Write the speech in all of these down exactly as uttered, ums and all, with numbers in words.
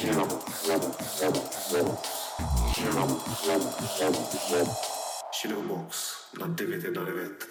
Shadowbox, non dovete dare vetta.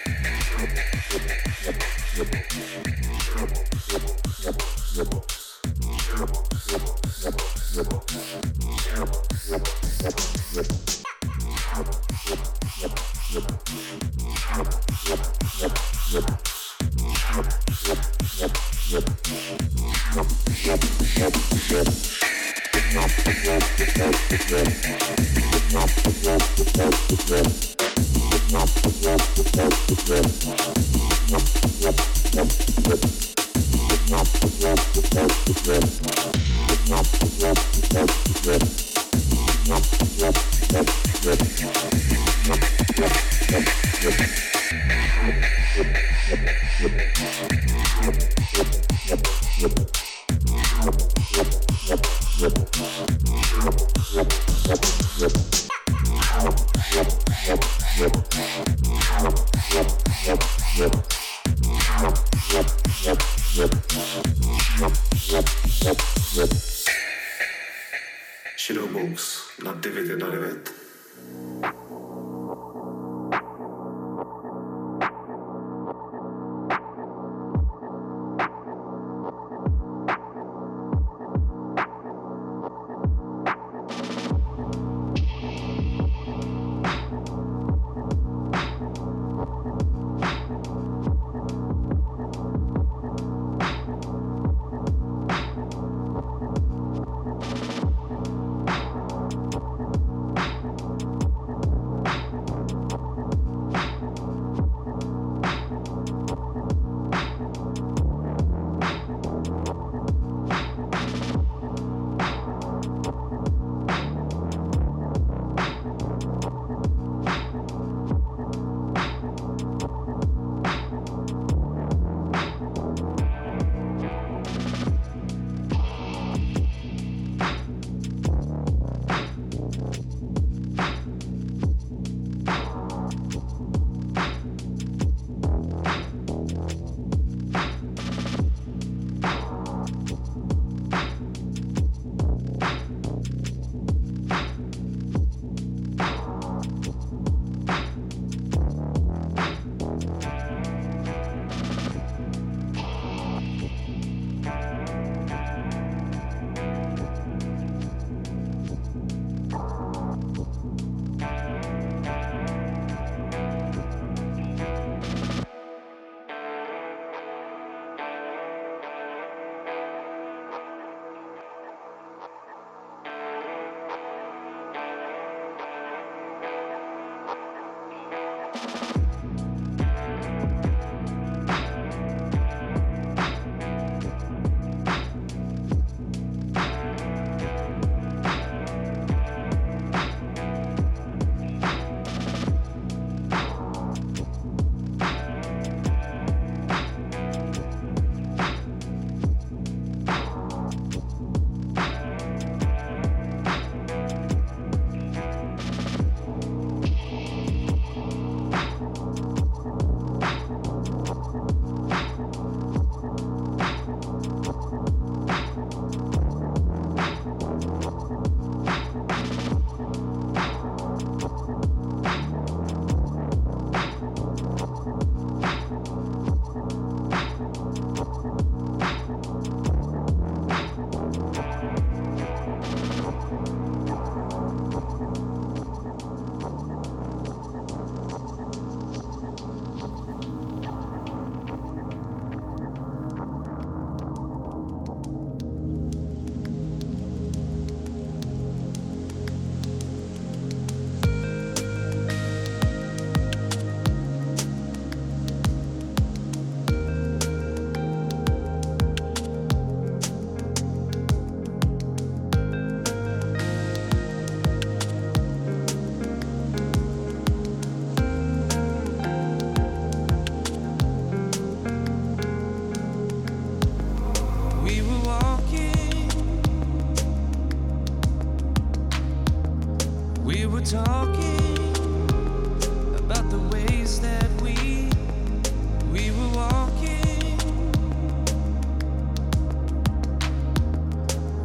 Shadowbox, non dovete dare vetta.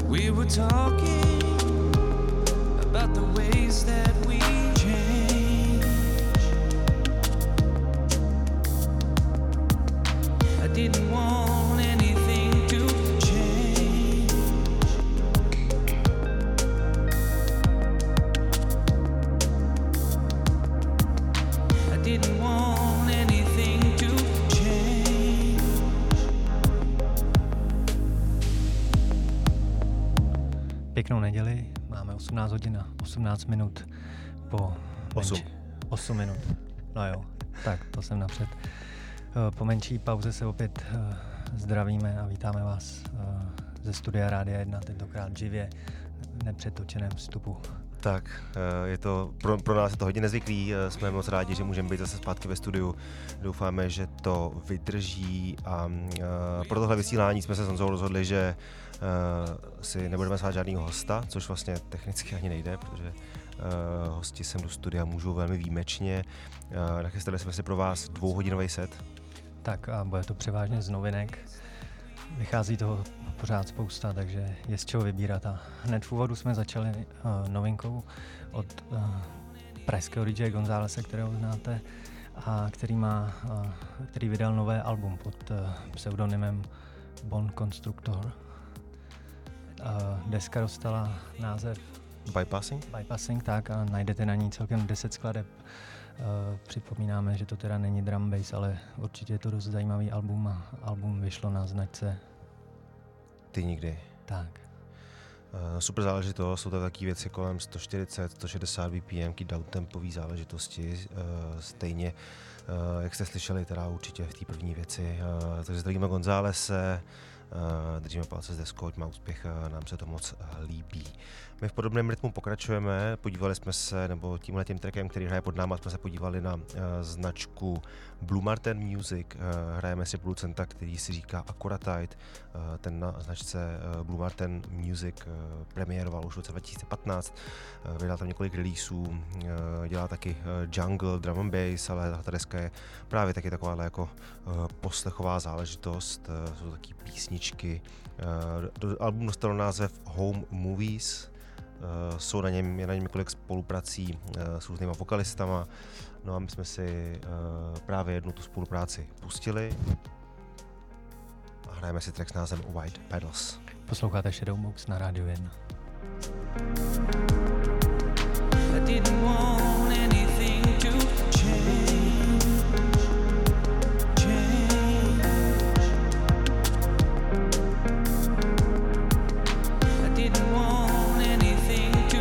We were talking about the ways that we change. I didn't want anything to change. I didn't want anything to change. Pěknou neděli, máme osmnáct hodin a osmnáct minut po... osm. osm minut, no jo, tak to jsem napřed. Po menší pauze se opět zdravíme a vítáme vás ze studia Rádia jedna, tentokrát živě, nepřetočeném vstupu. Tak, je to, pro, pro nás je to hodně nezvyklý, jsme moc rádi, že můžeme být zase zpátky ve studiu. Doufáme, že to vydrží a uh, pro tohle vysílání jsme se s Honzou rozhodli, že uh, si nebudeme zvát žádného hosta, což vlastně technicky ani nejde, protože uh, hosti sem do studia můžou velmi výjimečně. Uh, nachystali jsme si pro vás dvouhodinový set. Tak a bude to převážně z novinek. Vychází toho pořád spousta, takže je z čeho vybírat. A hned v úvodu jsme začali uh, novinkou od uh, pražského D J Gonzálese, kterého znáte, a který, má, uh, který vydal nové album pod uh, pseudonymem Bon Constructor. Uh, deska dostala název Bypassing? Bypassing, tak, a najdete na ní celkem deset skladeb. Uh, připomínáme, že to teda není drum bass, ale určitě je to dost zajímavý album a album vyšlo na značce Ty nikdy. Tak. Uh, super záležitost, jsou to taky věci kolem sto čtyřicet, sto šedesát B P M, downtempové záležitosti, uh, stejně, uh, jak jste slyšeli, teda určitě v té první věci. Uh, takže zdravíme Gonzálese, uh, držíme palce s deskou, ať má úspěch, uh, nám se to moc uh, líbí. My v podobném rytmu pokračujeme, podívali jsme se, nebo tímhle tím trackem, který hraje pod náma, jsme se podívali na uh, značku Blue Martin Music, uh, hrajeme si producenta, který si říká Accuratite, uh, ten na značce uh, Blue Martin Music uh, premiéroval už v roce dva tisíce patnáct, uh, vydal tam několik releaseů, uh, dělá taky uh, jungle, drum and bass, ale ta deska je právě taky taková jako uh, poslechová záležitost, uh, jsou taky písničky, uh, do, album dostalo název Home Movies. Uh, jsou na něm, je na něm několik spoluprací uh, s různýma vokalistama, no a my jsme si uh, právě jednu tu spolupráci pustili a hrajeme si track s názvem White Pedals. Posloucháte Shadowbox na Rádiu jedna. I didn't want anything to change, change. I didn't want anything to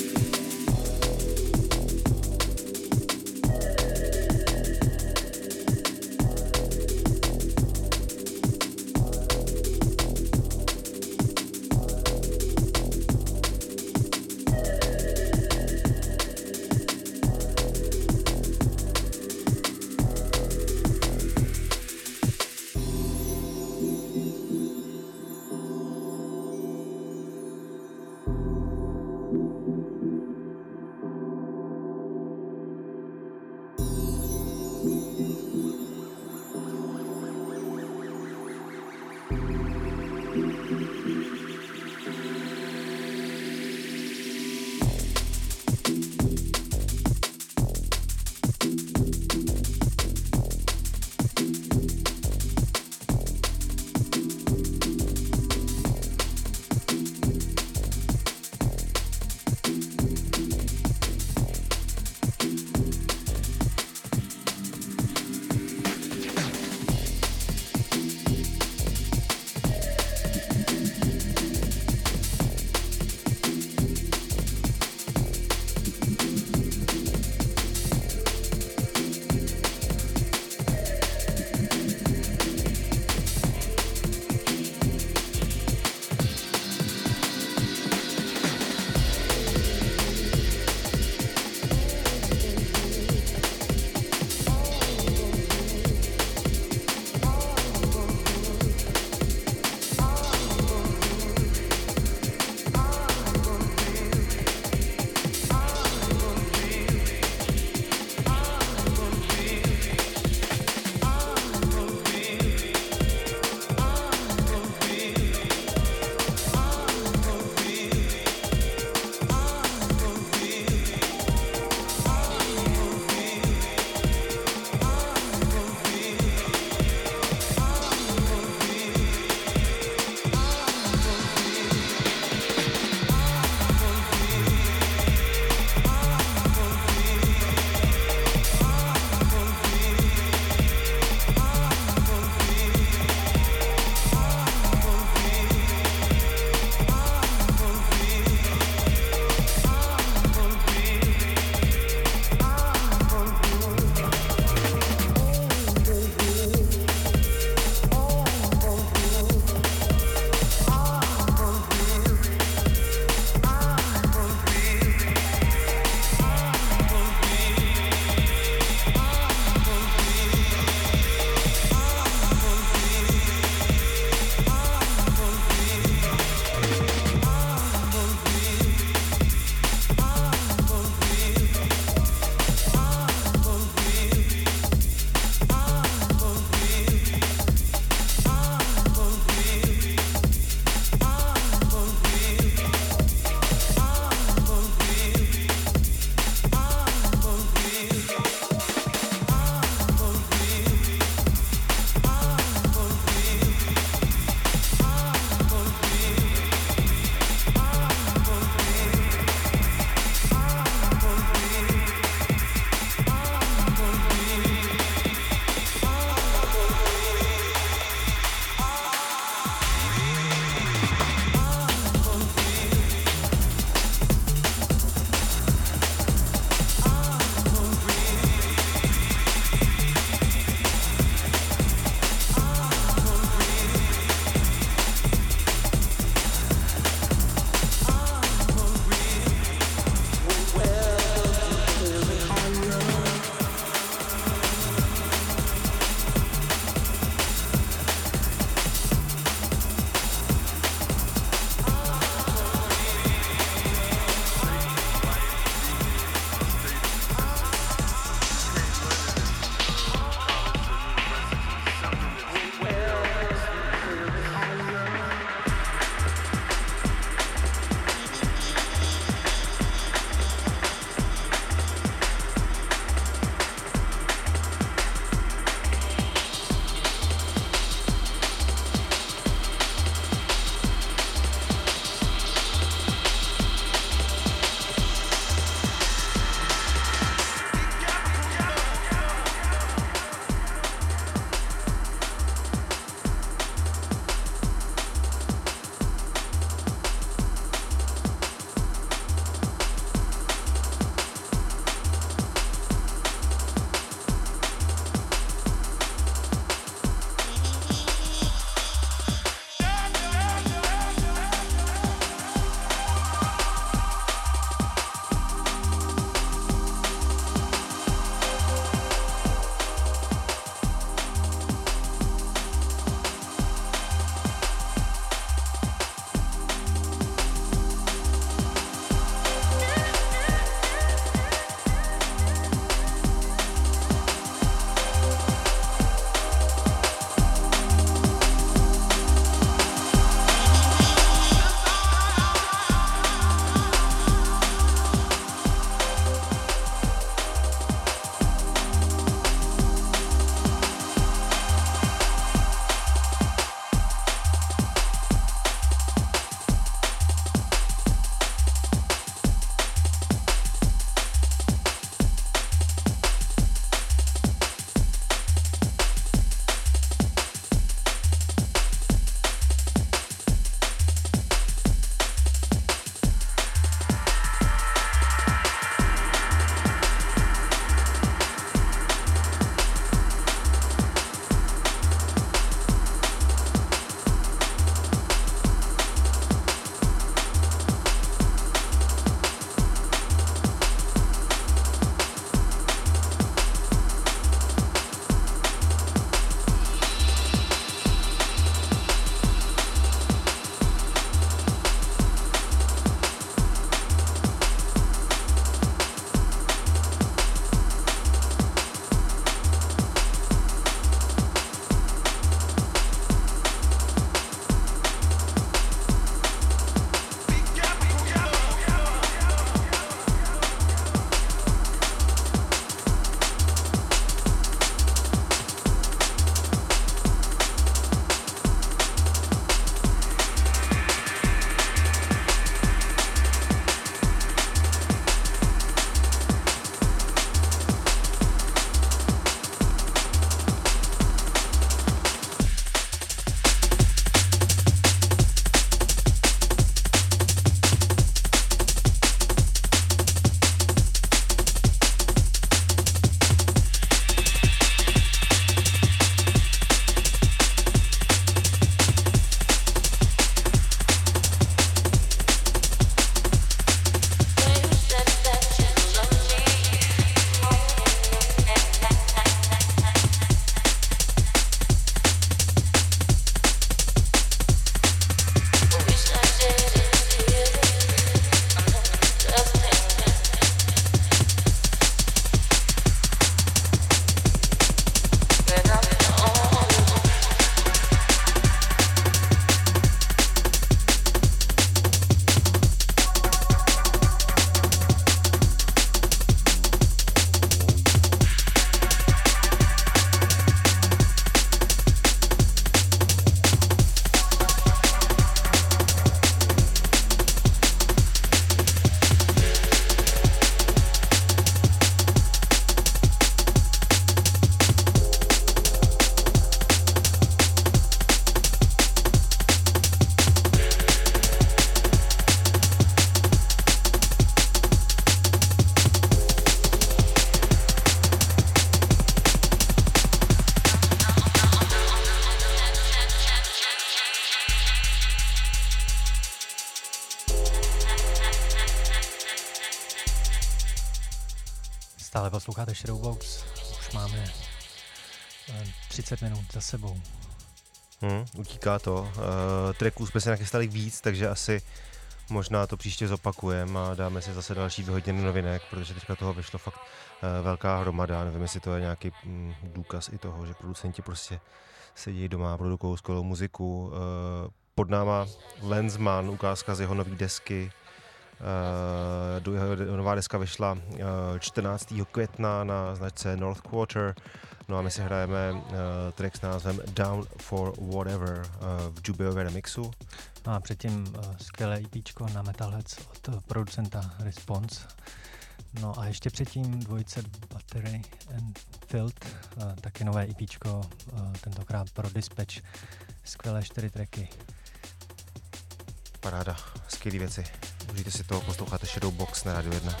Stále posloucháte Shadowbox, už máme třicet minut za sebou. Hmm, utíká to. Uh, tracků jsme se nachystali víc, takže asi možná to příště zopakujeme a dáme si zase další dvě hodiny novinek, protože teďka toho vyšlo fakt uh, velká hromada. Nevím, jestli to je nějaký mm, důkaz i toho, že producenti prostě sedí doma, produkují skvělou muziku. Uh, pod náma Lensman, ukázka z jeho nové desky. Uh, jeho nová deska vyšla uh, čtrnáctého května na značce North Quarter. No a my si hrajeme uh, track s názvem Down for Whatever uh, v Jubiové remixu. A předtím uh, skvělé EPčko na Metalheads od uh, producenta Response. No a ještě předtím dvojice Battery and Field, uh, taky nové EPčko, uh, tentokrát pro Dispatch. Skvělé čtyři tracky. Paráda, skvělý věci. Užijte si to, posloucháte Shadowbox na Radio jedna.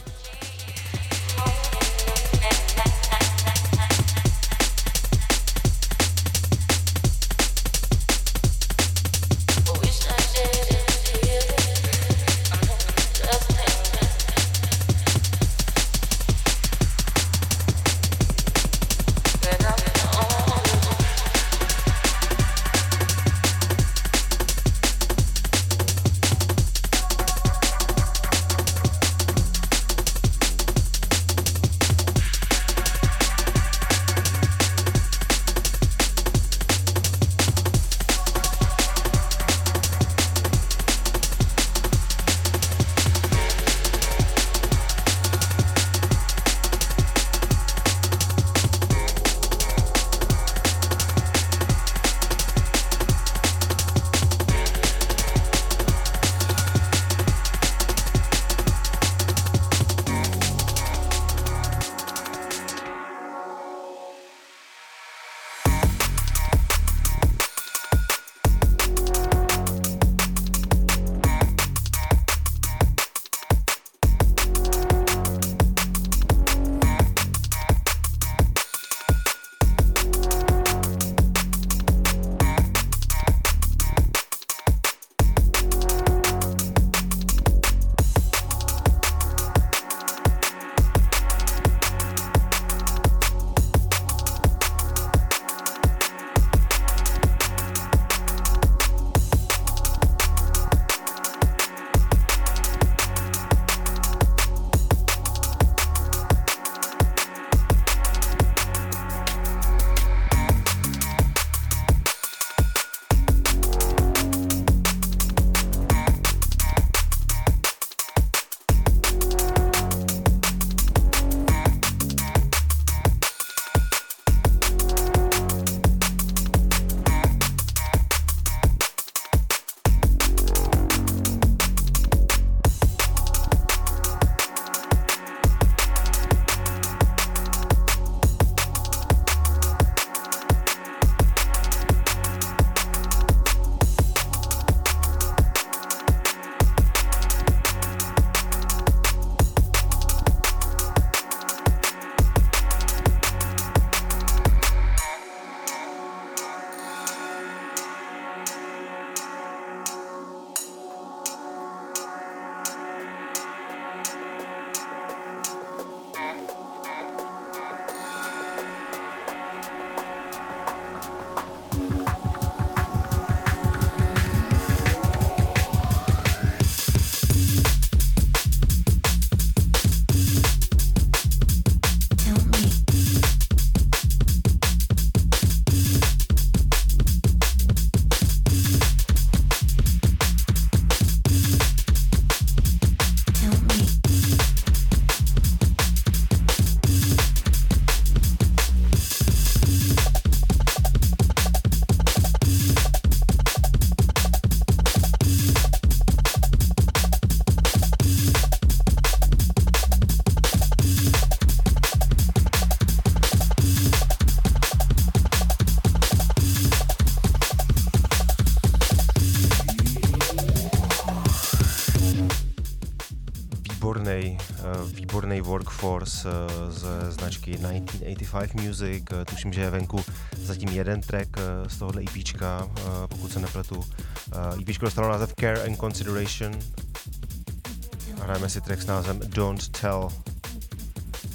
výborný, výborný workforce ze značky devatenáct set osmdesát pět Music. Tuším, že je venku zatím jeden track z tohohle EPčka, pokud se nepletu. EPčko dostalo název Care and Consideration. Hrajeme si track s názvem Don't Tell.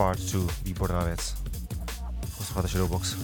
Part dva, výborná věc. Posloucháte Shadowbox.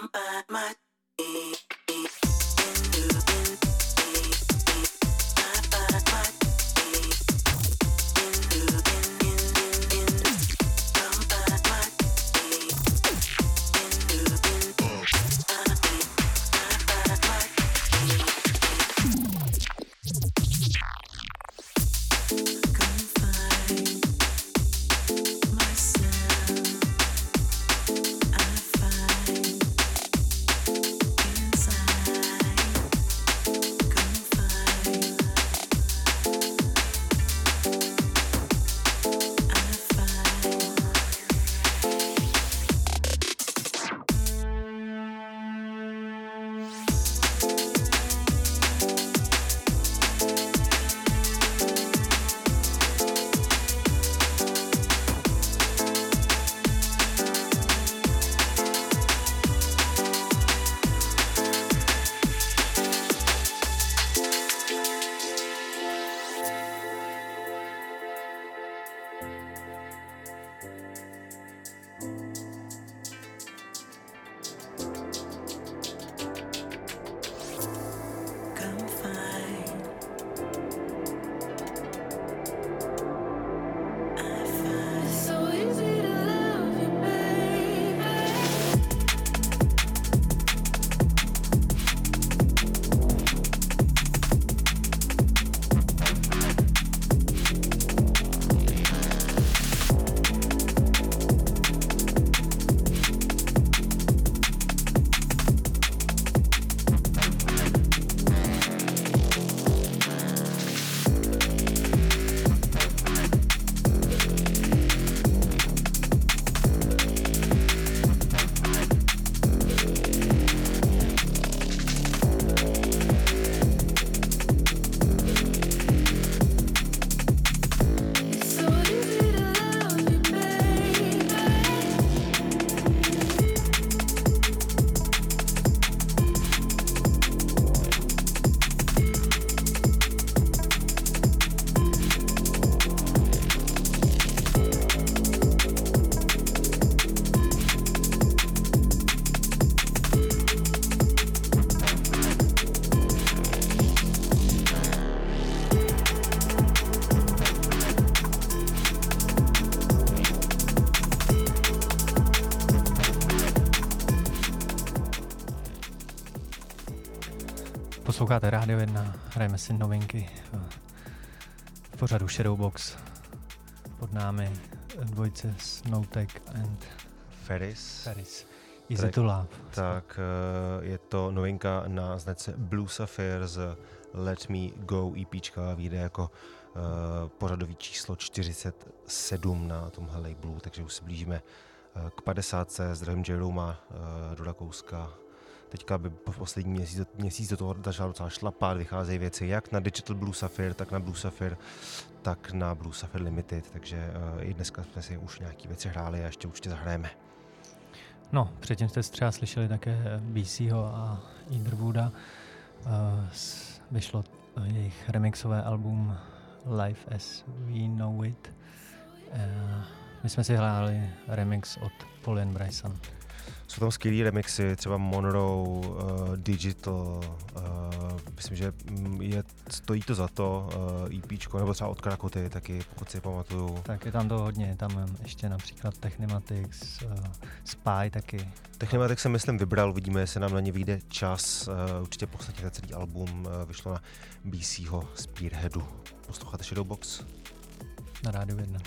Posloucháte Rádio jedna, hrajeme si novinky v pořadu Shadowbox. Pod námi dvojice Snowtek and Ferris. Ferris. Easy to Love. Tak je to novinka na značce Blue Sapphire z Let Me Go EPčka, vyjde jako uh, pořadový číslo čtyřicet sedm na tomhle labelu, takže už se blížíme uh, k padesátce. Zdravím Jeroma uh, do Rakouska. Teďka by po poslední měsíc, měsíc do toho začala docela šlapat, vycházejí věci jak na Digital Blue Sapphire, tak na Blue Sapphire, tak na Blue Sapphire Limited, takže uh, i dneska jsme si už nějaký věci hráli a ještě určitě zahrajeme. No, předtím jste třeba slyšeli také B C ho a Etherwooda. Uh, vyšlo jejich remixové album Life as We Know It. Uh, my jsme si hráli remix od Pauline Bryson. Jsou tam skvělý remixy, třeba Monroe, uh, Digital, uh, myslím, že je, stojí to za to, uh, EPčko, nebo třeba od Krakoty taky, pokud si pamatuju. Tak je tam to hodně, je tam ještě například Technematics, uh, Spy taky. Technematics jsem myslím vybral, uvidíme, jestli nám na ně vyjde čas, uh, určitě posledně celý album uh, vyšlo na B C ho Spearheadu. Posloucháte Shadowbox? Na Rádiu jedna.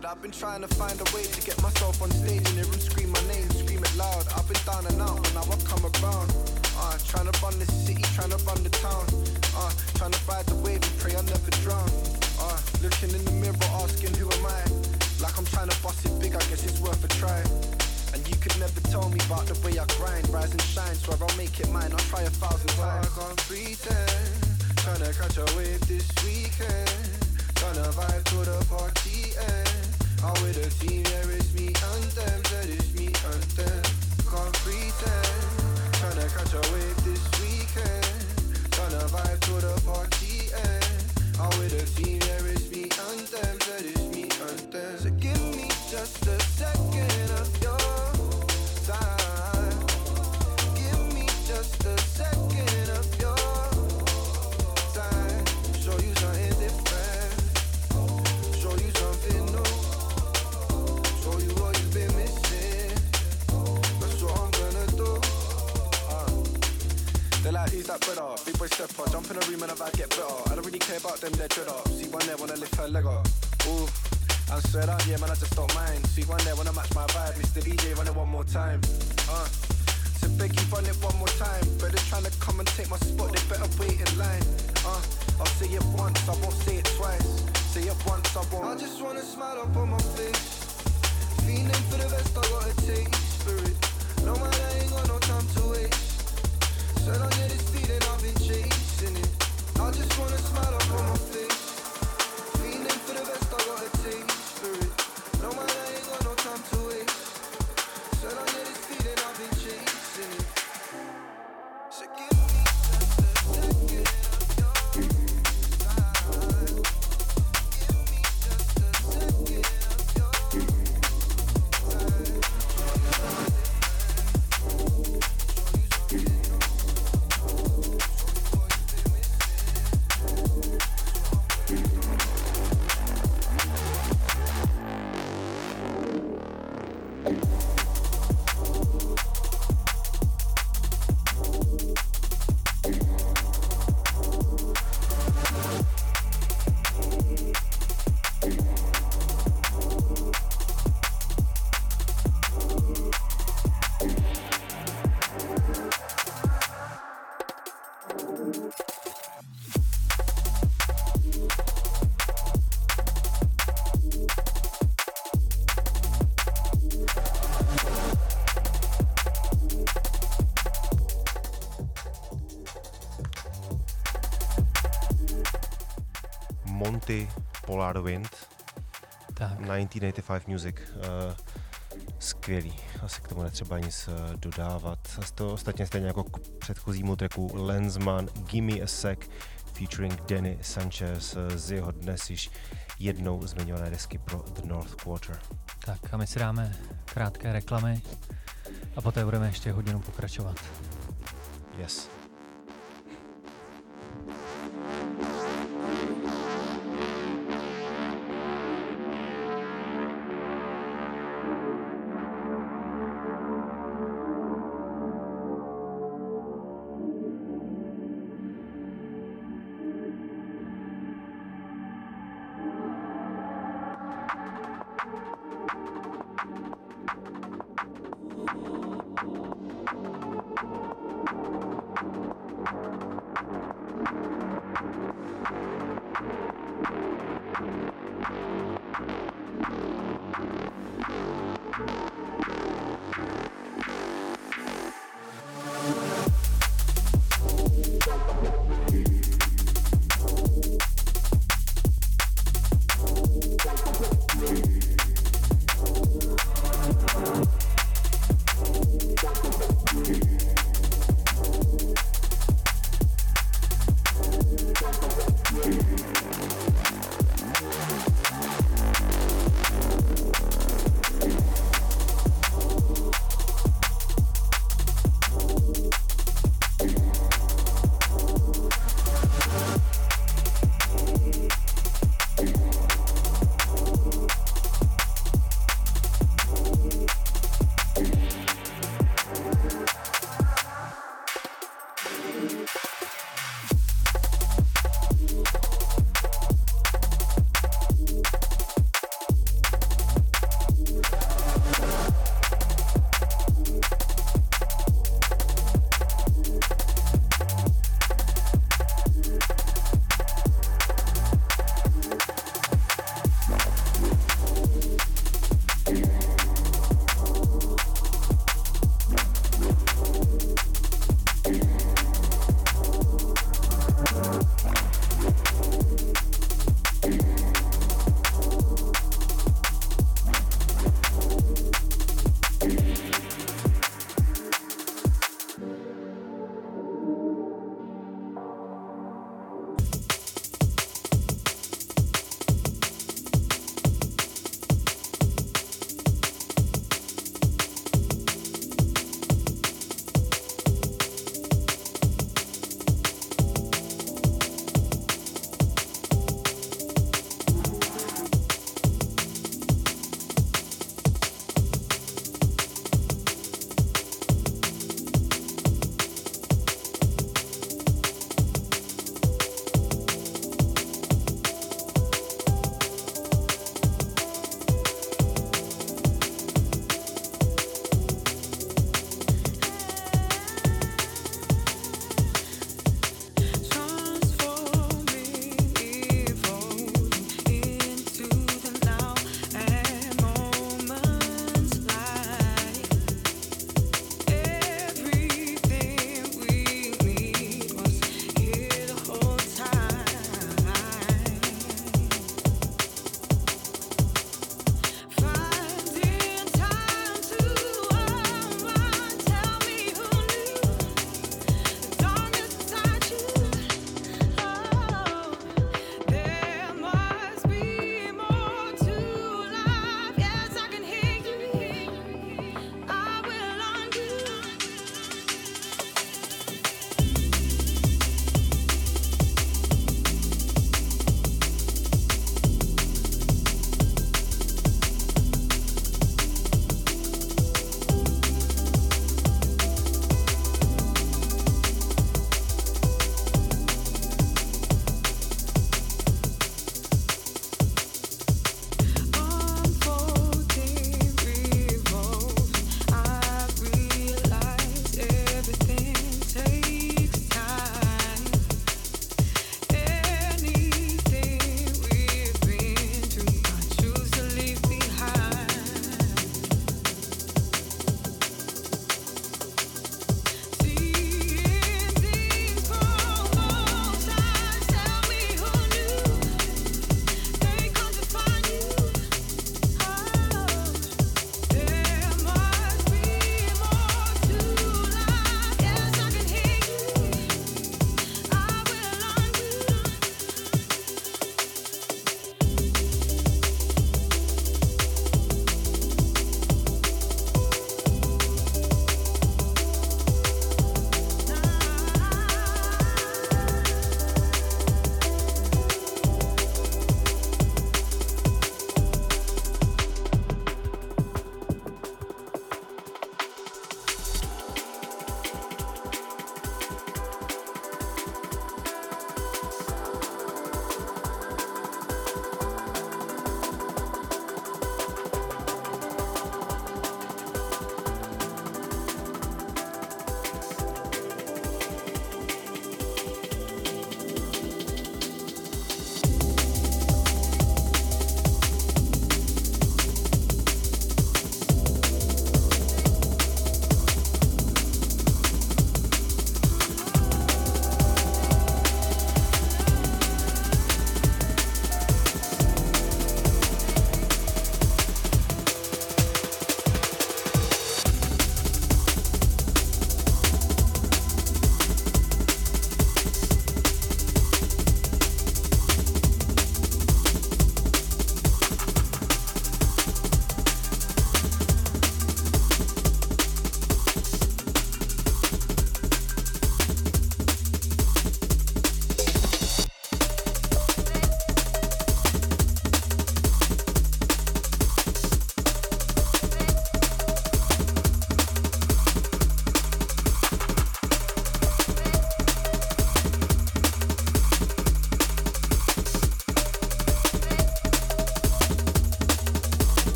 Said I've been trying to find a way to get myself on stage in the room, scream my name, scream it loud. I've been down and out, but now I've come around. Uh, trying to run the city, trying to run the town. Uh, trying to ride the wave and pray I never drown. Uh, looking in the mirror, asking who am I? Like I'm trying to bust it big, I guess it's worth a try. And you could never tell me about the way I grind, rise and shine, swear I'll make it mine, I'll try a thousand times. I can't pretend, trying to catch a wave this weekend. Gonna vibe to the party end. I'm with a team, yeah, it's me and them. Said it's me and them. Can't pretend. Tryna catch a wave this weekend. Gonna vibe to the party end. I'm with a team, yeah, it's me and them. Said it's me and them. So give me just a second of your time. Give me just a second of your time. Show you something different. Show you something new. Show you what you've been missing. That's what I'm gonna do. Uh. They're like, who's that brother? Big boy stepper. Jump in a room and the vibe get better. I don't really care about them, they're dreader. See one there wanna lift her leg up. Ooh, I'm straight up, yeah man, I just don't mind. See one there wanna match my vibe. Mister D J, run it one more time. Uh. So beg you, run it one more time. Better trying to come and take my spot, they better wait in line. Uh. I'll say it once, I won't say it twice. Say it once, I won't. I just wanna smile up on my face. Feeling for the best, I gotta take spirit. No man, I ain't got no time to waste. Said I get this feeling, I've been chasing it. I just wanna smile up on my face. Feeling for the best, I gotta take spirit. No man, I ain't got no time to waste. Said I get this feeling, I've been chasing it. So give me just a second of your time. Give me just a second of your Monty, Polar Wind, Tak. devatenáct osmdesát pět Music, uh, skvělý, asi k tomu netřeba nic uh, dodávat. To ostatně stejně jako k předchozímu tracku Lensman, Gimme a Sec, featuring Danny Sanchez z jeho dnes již jednou zmiňované desky pro The North Quarter. Tak a my si dáme krátké reklamy a poté budeme ještě hodinu pokračovat. Yes.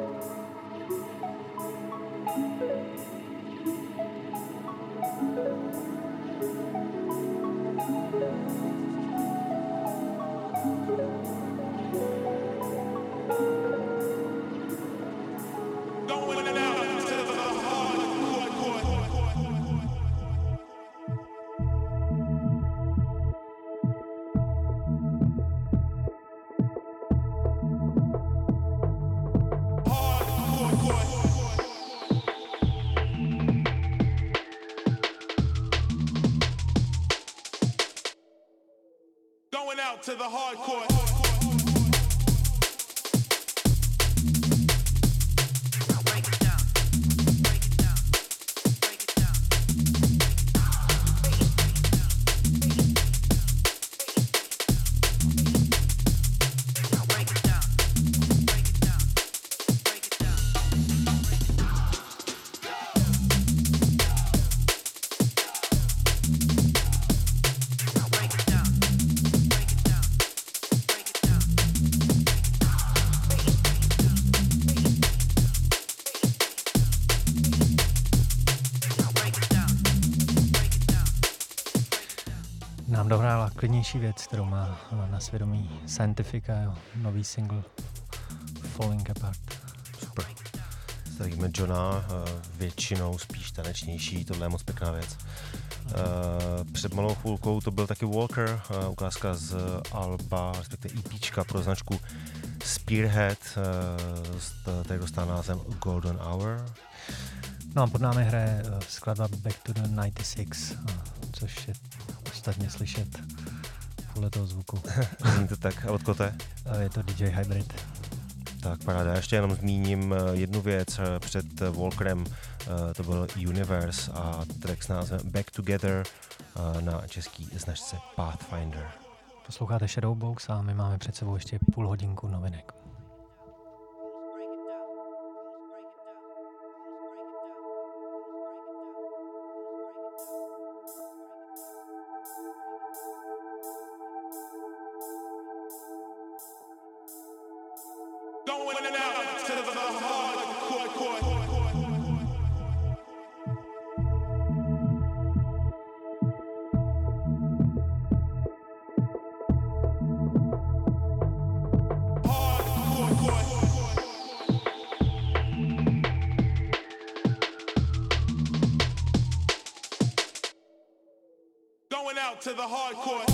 To the hardcore. Nám dohrála klidnější věc, kterou má na svědomí Scientific a jeho nový single Falling Apart. Super. Zdravíme Johna, většinou spíš tanečnější, tohle je moc pěkná věc. Před malou chvilkou to byl taky Walker, ukázka z alba, respektive EPčka pro značku Spearhead, tady dostává název Golden Hour. No a pod námi hraje skladba Back to the devadesát šest, což je ostatně slyšet podle toho zvuku. Není to tak. A od kote? Je to D J Hybrid. Tak paráda. Ještě jenom zmíním jednu věc. Před Walkerem to byl Universe a track s názvem Back Together na český značce Pathfinder. Posloucháte Shadowbox a my máme před sebou ještě půl hodinku novinek. To the hardcore.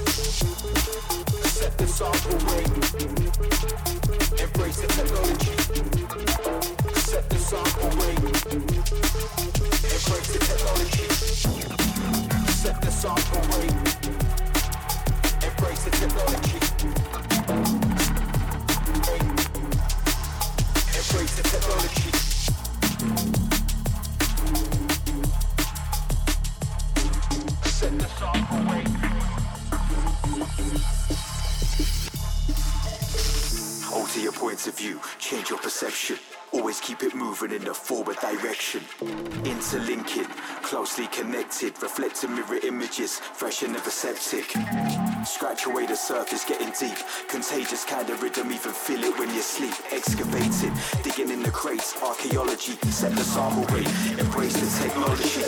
Embrace the technology. embrace the technology. Set the song away. Alter your points of view, change your perception. Always keep it moving in the forward direction. Interlinking, closely connected, reflecting mirror images, fresh and never septic. Scratch away the surface, getting deep. Contagious kind of rhythm, even feel it when you sleep. Excavating, digging in the crates, archaeology. Set the psalm away, embrace the technology.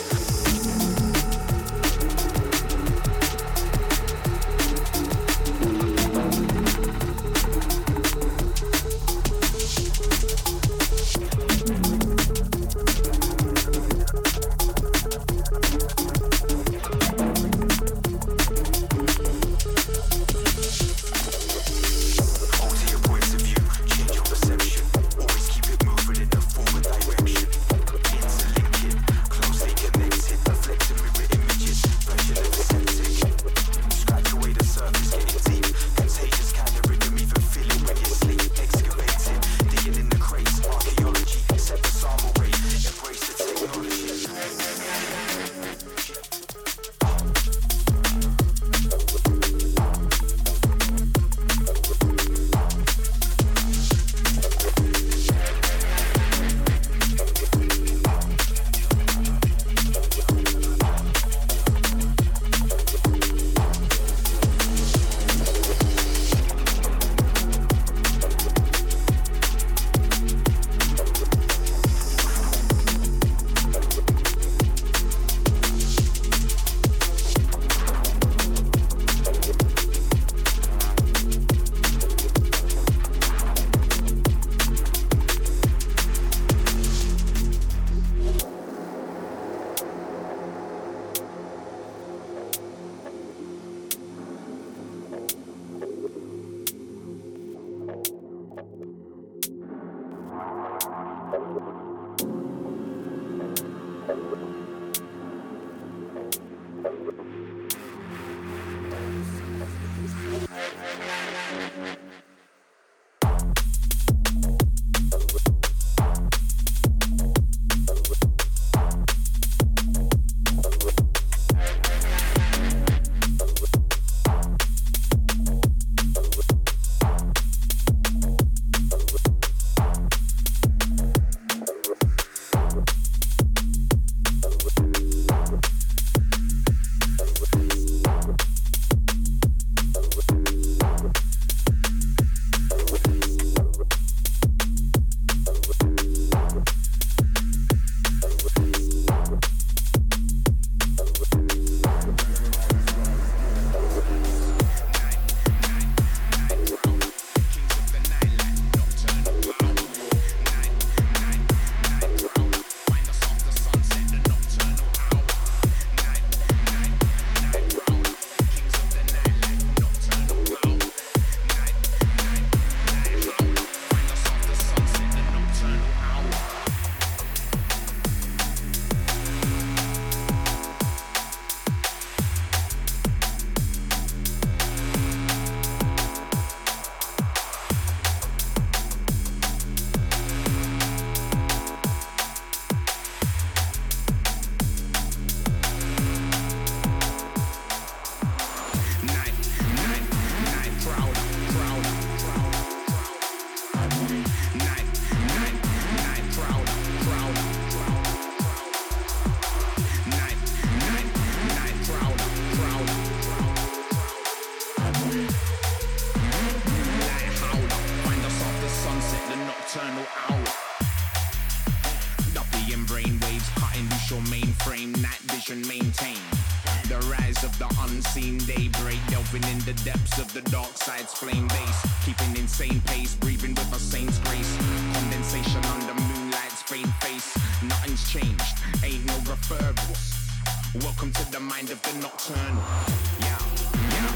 Of the dark side's flame base, keeping insane pace, breathing with a saint's grace. Condensation under moonlight's faint face. Nothing's changed, ain't no referrals. Welcome to the mind of the nocturnal. Yeah, yeah.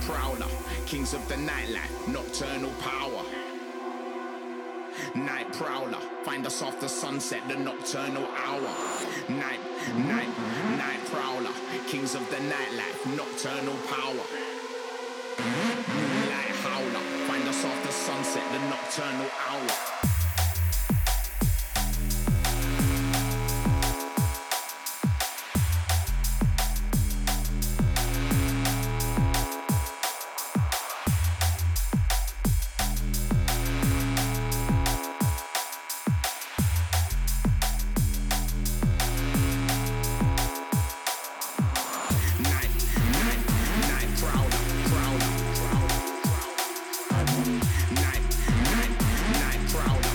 prowler, kings of the nightlife, nocturnal power. Night prowler, find us after sunset, the nocturnal hour. Night, night, night prowler, kings of the nightlife, nocturnal power. Moonlight howler, find us after sunset, the nocturnal hour. Prowler.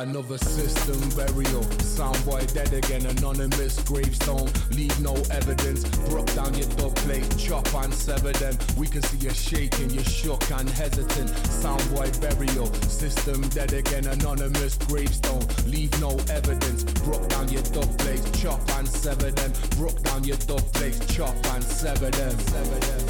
Another system burial. Soundboy dead again, anonymous gravestone. Leave no evidence. Broke down your dub plate, chop and sever them. We can see you shaking, you're shook and hesitant. Soundboy burial. System dead again, anonymous gravestone. Leave no evidence. Broke down your dub plate, chop and sever them. Broke down your dub plate, chop and sever them. Sever them.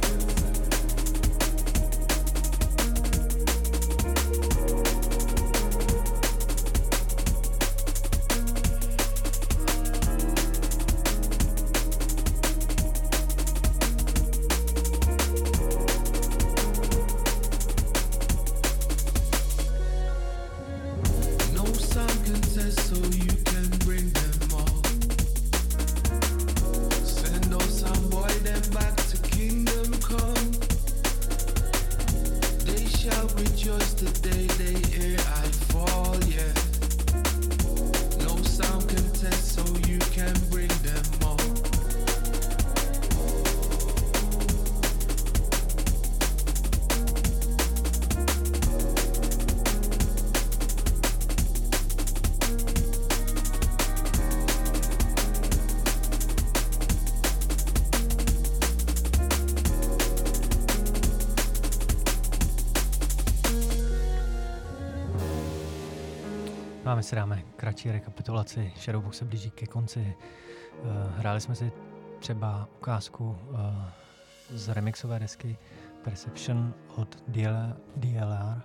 A my si dáme kratší rekapitulaci. Shadowbox se blíží ke konci. Hráli jsme si třeba ukázku z remixové desky Perception od D L R.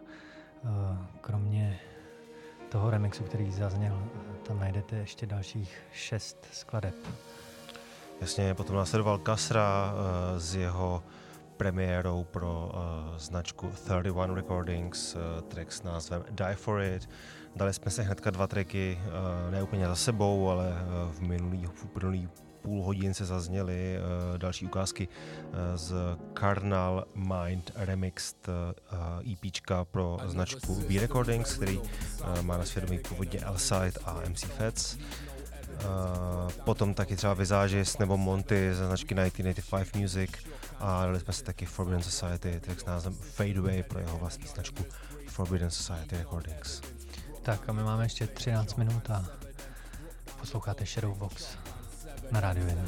Kromě toho remixu, který zazněl, tam najdete ještě dalších šest skladeb. Jasně, potom následoval Kasra s jeho premiérou pro uh, značku třicet jedna Recordings, uh, track s názvem Die For It. Dali jsme se hnedka dva tracky, uh, ne úplně za sebou, ale uh, v minulý, v uplynulý půl hodin se zazněly uh, další ukázky uh, z Carnal Mind Remixed uh, EPčka pro značku B Recordings, který uh, má na svědomí původně L-Side a M C Fats. Uh, potom taky třeba Visagist nebo Monty ze značky devatenáct set osmdesát pět Music a dali jsme si taky Forbidden Society, tak s názvem Fade Away pro jeho vlastní značku Forbidden Society Recordings. Tak a my máme ještě třináct minut a posloucháte Shadowbox na Rádiu jedna.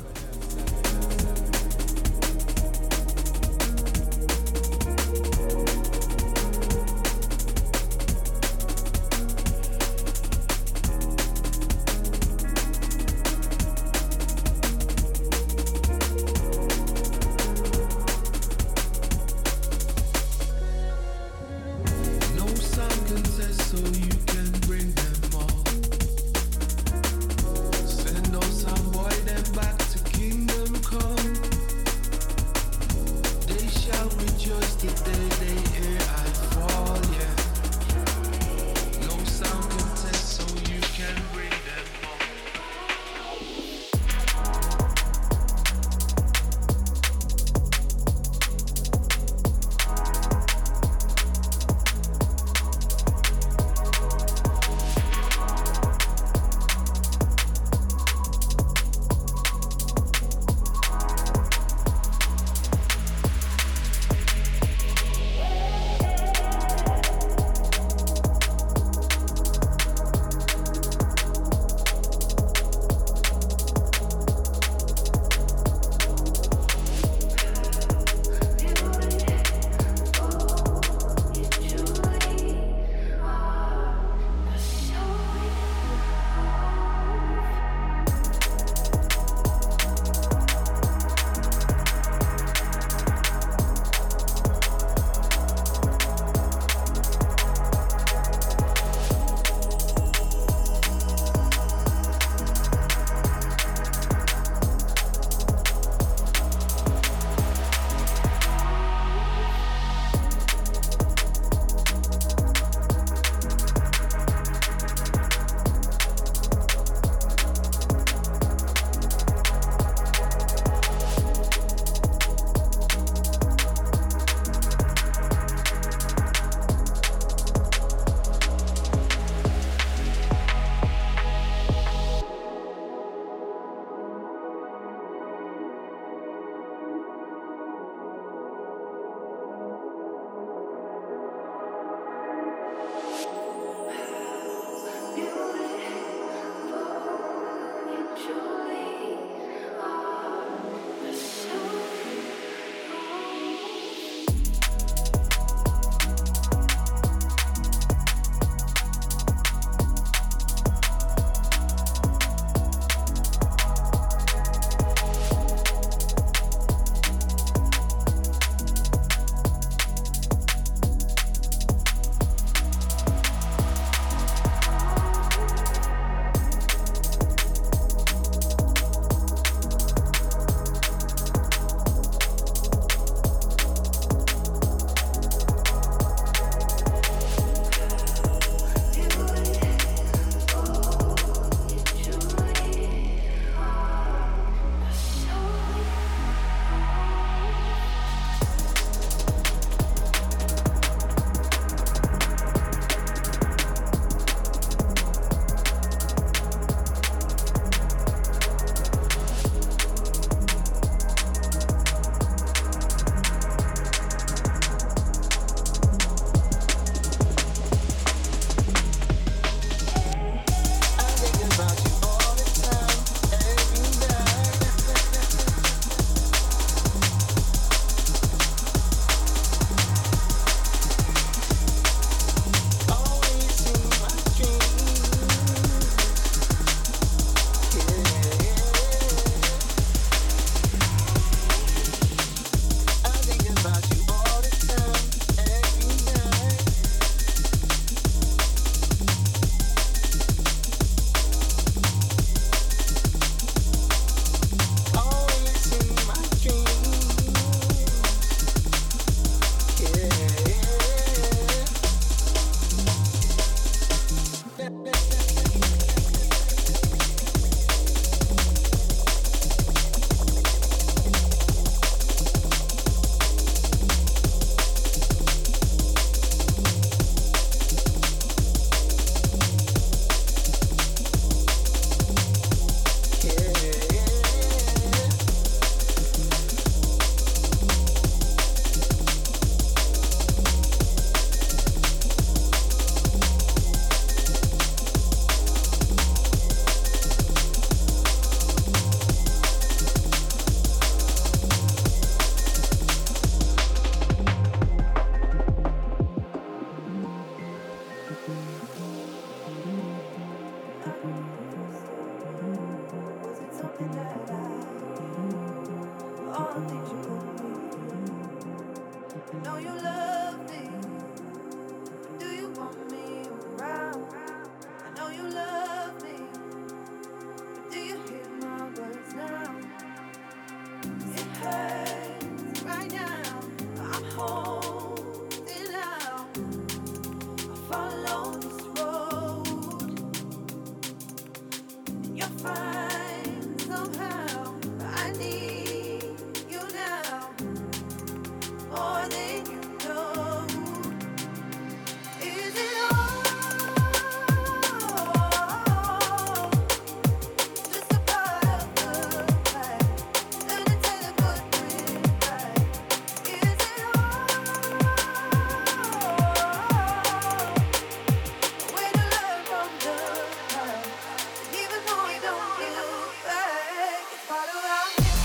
know you love me. Do you want me around? I know you love me. But do you hear my words now? It hurts right now. I'm holding out. I follow this road, and you're fine somehow. I need you now more than you know. Is it all just a part of the fight? Learn to tell the good with right. Is it all way to learn from the past? Even though we don't feel back, it's part of our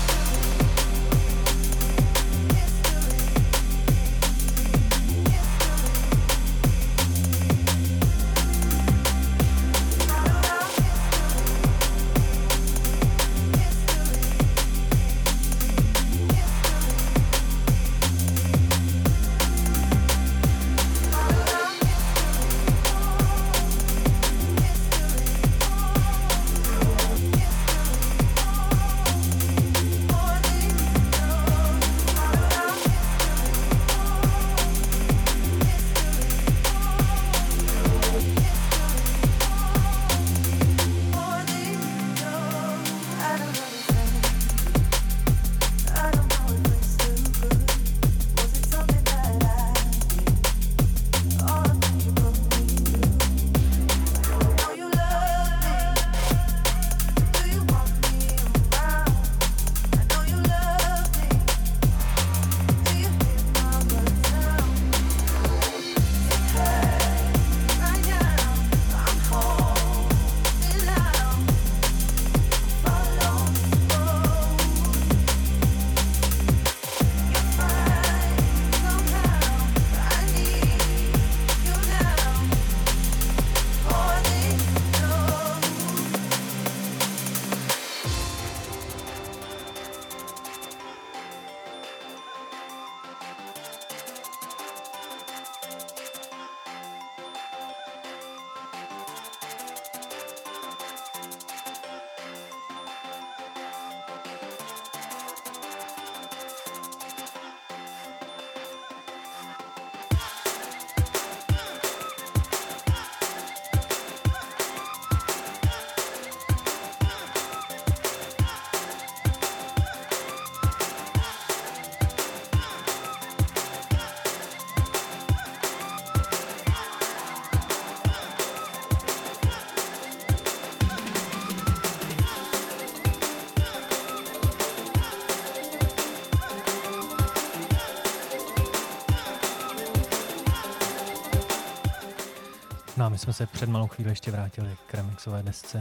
No a my jsme se před malou chvíli ještě vrátili k remixové desce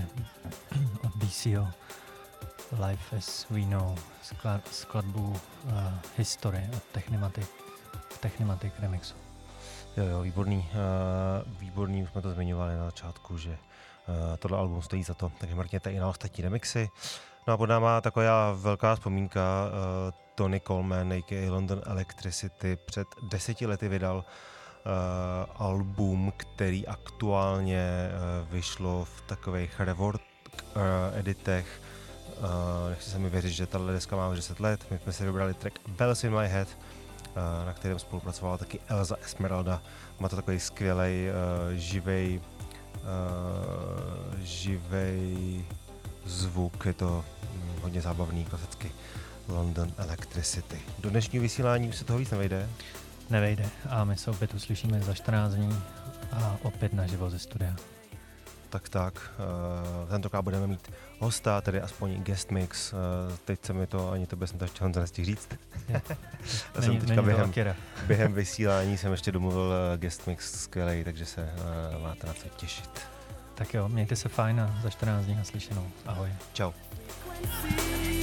od D C O Life as We Know, skladbu uh, History od Technimatic, Technimatic remixu. Jo, jo, výborný, uh, výborný, už jsme to zmiňovali na začátku, že uh, tohle album stojí za to, takže mrkněte i na ostatní remixy. No a pod náma taková velká vzpomínka, uh, Tony Coleman, a k a. London Electricity, před deseti lety vydal uh, album, který aktuálně uh, vyšlo v takových rework uh, editech. Uh, nechci se mi věřit, že tato deska má už deset let. My jsme si vybrali track Bells in My Head, uh, na kterém spolupracovala taky Elza Esmeralda. Má to takový skvělej, uh, živej, uh, živej zvuk, je to um, hodně zábavný, klasicky London Electricity. Do dnešního vysílání už se toho víc nevejde? Nevejde a my se opět uslyšíme za čtrnáct dní a opět naživo ze studia. Tak tak, uh, tentokrát budeme mít hosta, tedy aspoň guest mix. Uh, teď se mi to, ani to jsem to ještě Honza nestihl říct. Já jsem teďka během, během vysílání jsem ještě domluvil uh, guest mix skvělej, takže se uh, máte na co těšit. Tak jo, mějte se fajn a za čtrnáct dní naslyšenou. Ahoj. Čau.